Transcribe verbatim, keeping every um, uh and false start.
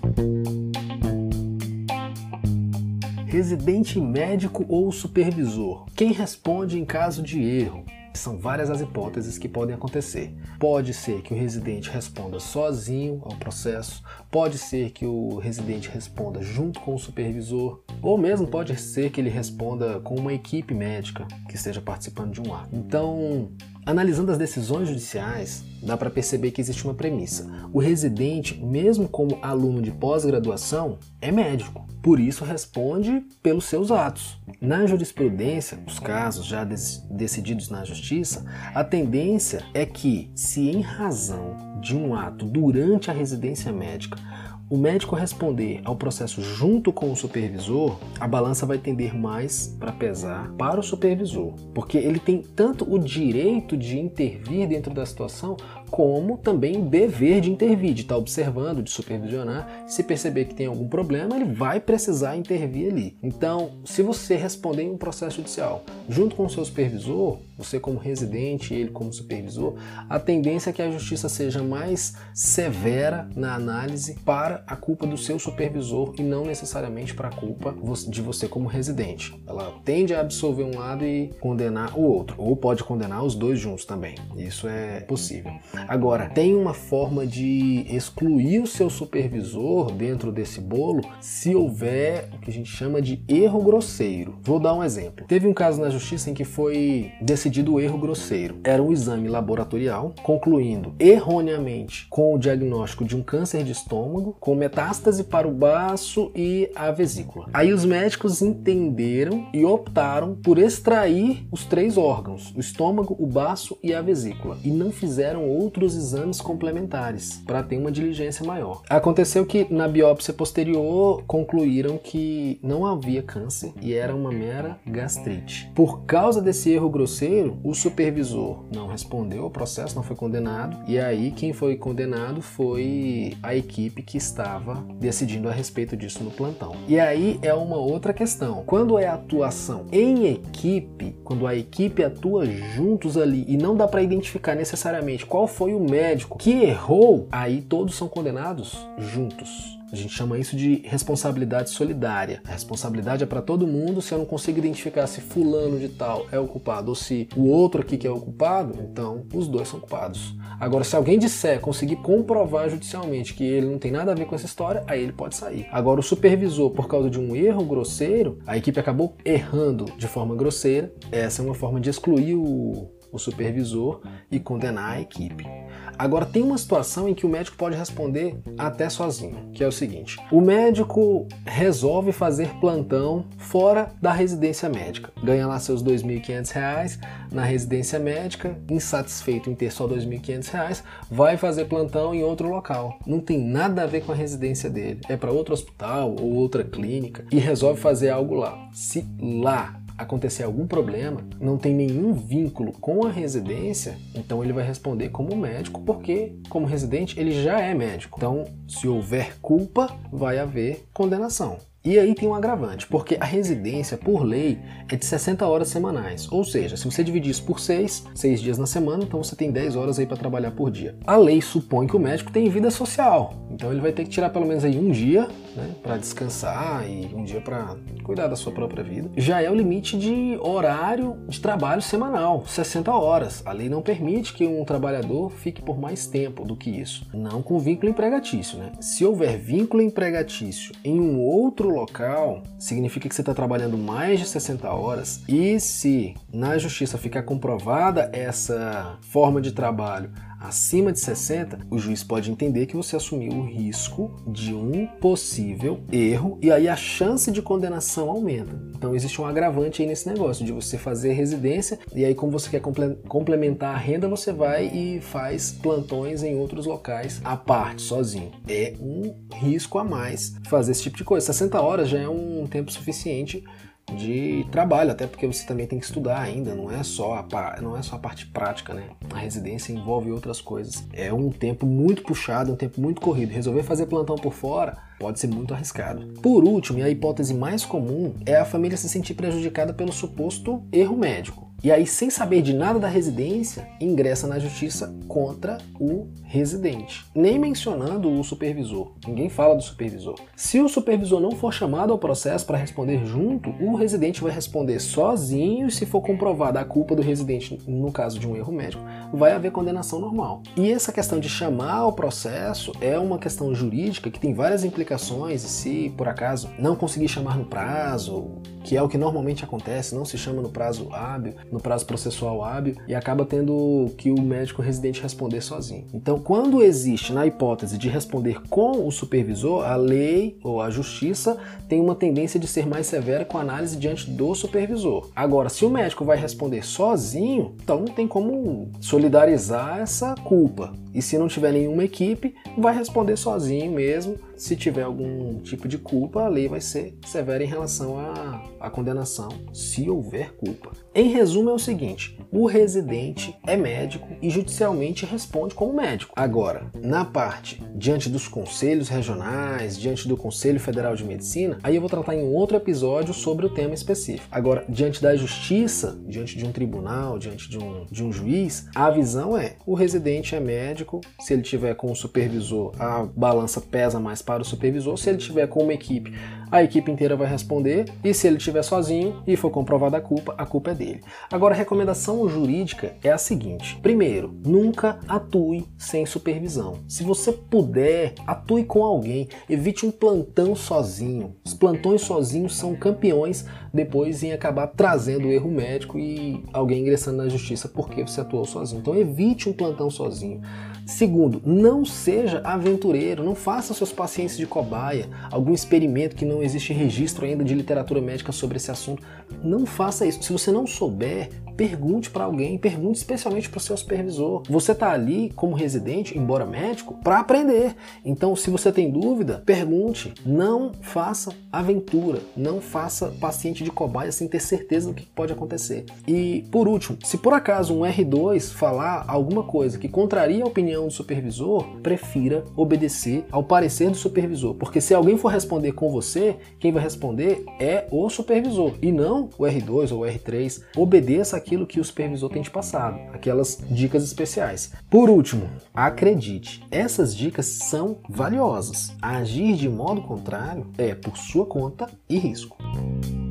Residente médico ou supervisor? Quem responde em caso de erro? São várias as hipóteses que podem acontecer. Pode ser que o residente responda sozinho ao processo, pode ser que o residente responda junto com o supervisor, ou mesmo pode ser que ele responda com uma equipe médica que esteja participando de um ato. Então, analisando as decisões judiciais, dá para perceber que existe uma premissa. O residente, mesmo como aluno de pós-graduação, é médico. Por isso responde pelos seus atos. Na jurisprudência, os casos já decididos na justiça, a tendência é que, se em razão de um ato durante a residência médica, o médico responder ao processo junto com o supervisor, a balança vai tender mais para pesar para o supervisor, porque ele tem tanto o direito de intervir dentro da situação, como também o dever de intervir, de estar observando, de supervisionar. Se perceber que tem algum problema, ele vai precisar intervir ali. Então, se você responder em um processo judicial junto com o seu supervisor, você como residente e ele como supervisor, a tendência é que a justiça seja mais severa na análise para a culpa do seu supervisor e não necessariamente para a culpa de você como residente. Ela tende a absolver um lado e condenar o outro, ou pode condenar os dois juntos também. Isso é possível. Agora, tem uma forma de excluir o seu supervisor dentro desse bolo se houver o que a gente chama de erro grosseiro. Vou dar um exemplo. Teve um caso na justiça em que foi decidido o erro grosseiro. Era um exame laboratorial, concluindo erroneamente com o diagnóstico de um câncer de estômago, com metástase para o baço e a vesícula. Aí os médicos entenderam e optaram por extrair os três órgãos, o estômago, o baço e a vesícula, e não fizeram outros exames complementares para ter uma diligência maior. Aconteceu que na biópsia posterior concluíram que não havia câncer e era uma mera gastrite. Por causa desse erro grosseiro, o supervisor não respondeu ao processo, não foi condenado, e aí quem foi condenado foi a equipe que estava decidindo a respeito disso no plantão. E aí é uma outra questão. Quando é atuação em equipe, quando a equipe atua juntos ali e não dá para identificar necessariamente qual foi o médico que errou, aí todos são condenados juntos. A gente chama isso de responsabilidade solidária. A responsabilidade é para todo mundo. Se eu não consigo identificar se fulano de tal é o culpado ou se o outro aqui que é o culpado, então os dois são culpados. Agora, se alguém disser, conseguir comprovar judicialmente que ele não tem nada a ver com essa história, aí ele pode sair. Agora, o supervisor, por causa de um erro grosseiro, a equipe acabou errando de forma grosseira. Essa é uma forma de excluir o, o supervisor e condenar a equipe. Agora, tem uma situação em que o médico pode responder até sozinho, que é o seguinte: o médico resolve fazer plantão fora da residência médica, ganha lá seus dois mil e quinhentos reais na residência médica, insatisfeito em ter só dois mil e quinhentos reais, vai fazer plantão em outro local. Não tem nada a ver com a residência dele, é para outro hospital ou outra clínica e resolve fazer algo lá. Se lá acontecer algum problema, não tem nenhum vínculo com a residência, então ele vai responder como médico, porque como residente ele já é médico. Então, se houver culpa, vai haver condenação. E aí tem um agravante, porque a residência, por lei, é de sessenta horas semanais. Ou seja, se você dividir isso por seis, seis dias na semana, então você tem dez horas aí para trabalhar por dia. A lei supõe que o médico tem vida social, então ele vai ter que tirar pelo menos aí um dia, né, para descansar e um dia para cuidar da sua própria vida. Já é o limite de horário de trabalho semanal, sessenta horas. A lei não permite que um trabalhador fique por mais tempo do que isso. Não com vínculo empregatício, né? Se houver vínculo empregatício em um outro local, significa que você está trabalhando mais de sessenta horas, e se na justiça ficar comprovada essa forma de trabalho acima de sessenta, o juiz pode entender que você assumiu o risco de um possível erro e aí a chance de condenação aumenta. Então existe um agravante aí nesse negócio de você fazer residência e aí, como você quer complementar a renda, você vai e faz plantões em outros locais à parte, sozinho. É um risco a mais fazer esse tipo de coisa. sessenta horas já é um tempo suficiente de trabalho, até porque você também tem que estudar ainda, não é só a, não é só a parte prática, né? A residência envolve outras coisas. É um tempo muito puxado, um tempo muito corrido. Resolver fazer plantão por fora pode ser muito arriscado. Por último, e a hipótese mais comum, é a família se sentir prejudicada pelo suposto erro médico. E aí, sem saber de nada da residência, ingressa na justiça contra o residente. Nem mencionando o supervisor. Ninguém fala do supervisor. Se o supervisor não for chamado ao processo para responder junto, o residente vai responder sozinho e se for comprovada a culpa do residente, no caso de um erro médico, vai haver condenação normal. E essa questão de chamar ao processo é uma questão jurídica que tem várias implicações e se, por acaso, não conseguir chamar no prazo, que é o que normalmente acontece, não se chama no prazo hábil, no prazo processual hábil, e acaba tendo que o médico residente responder sozinho. Então, quando existe, na hipótese de responder com o supervisor, a lei ou a justiça tem uma tendência de ser mais severa com a análise diante do supervisor. Agora, se o médico vai responder sozinho, então não tem como solidarizar essa culpa. E se não tiver nenhuma equipe, vai responder sozinho mesmo. Se tiver algum tipo de culpa, a lei vai ser severa em relação à, à condenação, se houver culpa. Em resumo, é o seguinte: o residente é médico e judicialmente responde como médico. Agora, na parte diante dos conselhos regionais, diante do Conselho Federal de Medicina, aí eu vou tratar em um outro episódio sobre o tema específico. Agora, diante da justiça, diante de um tribunal, diante de um, de um juiz, a visão é: o residente é médico. Se ele tiver com o supervisor, a balança pesa mais para o supervisor. Se ele tiver com uma equipe, a equipe inteira vai responder. E se ele estiver sozinho e for comprovada a culpa, a culpa é dele. Agora, a recomendação jurídica é a seguinte: primeiro, nunca atue sem supervisão. Se você puder, atue com alguém. Evite um plantão sozinho. Os plantões sozinhos são campeões depois em acabar trazendo o erro médico e alguém ingressando na justiça porque você atuou sozinho. Então evite um plantão sozinho. Segundo, não seja aventureiro, não faça seus pacientes de cobaia, algum experimento que não existe registro ainda de literatura médica sobre esse assunto. Não faça isso. Se você não souber, pergunte para alguém, pergunte especialmente para o seu supervisor. Você está ali como residente, embora médico, para aprender. Então, se você tem dúvida, pergunte. Não faça aventura, não faça paciente de cobaia sem ter certeza do que pode acontecer. E, por último, se por acaso um R dois falar alguma coisa que contraria a opinião do supervisor, prefira obedecer ao parecer do supervisor, porque se alguém for responder com você, quem vai responder é o supervisor e não o R dois ou o R três. Obedeça aquilo que o supervisor tem te passado, aquelas dicas especiais. Por último, acredite, essas dicas são valiosas. Agir de modo contrário é por sua conta e risco.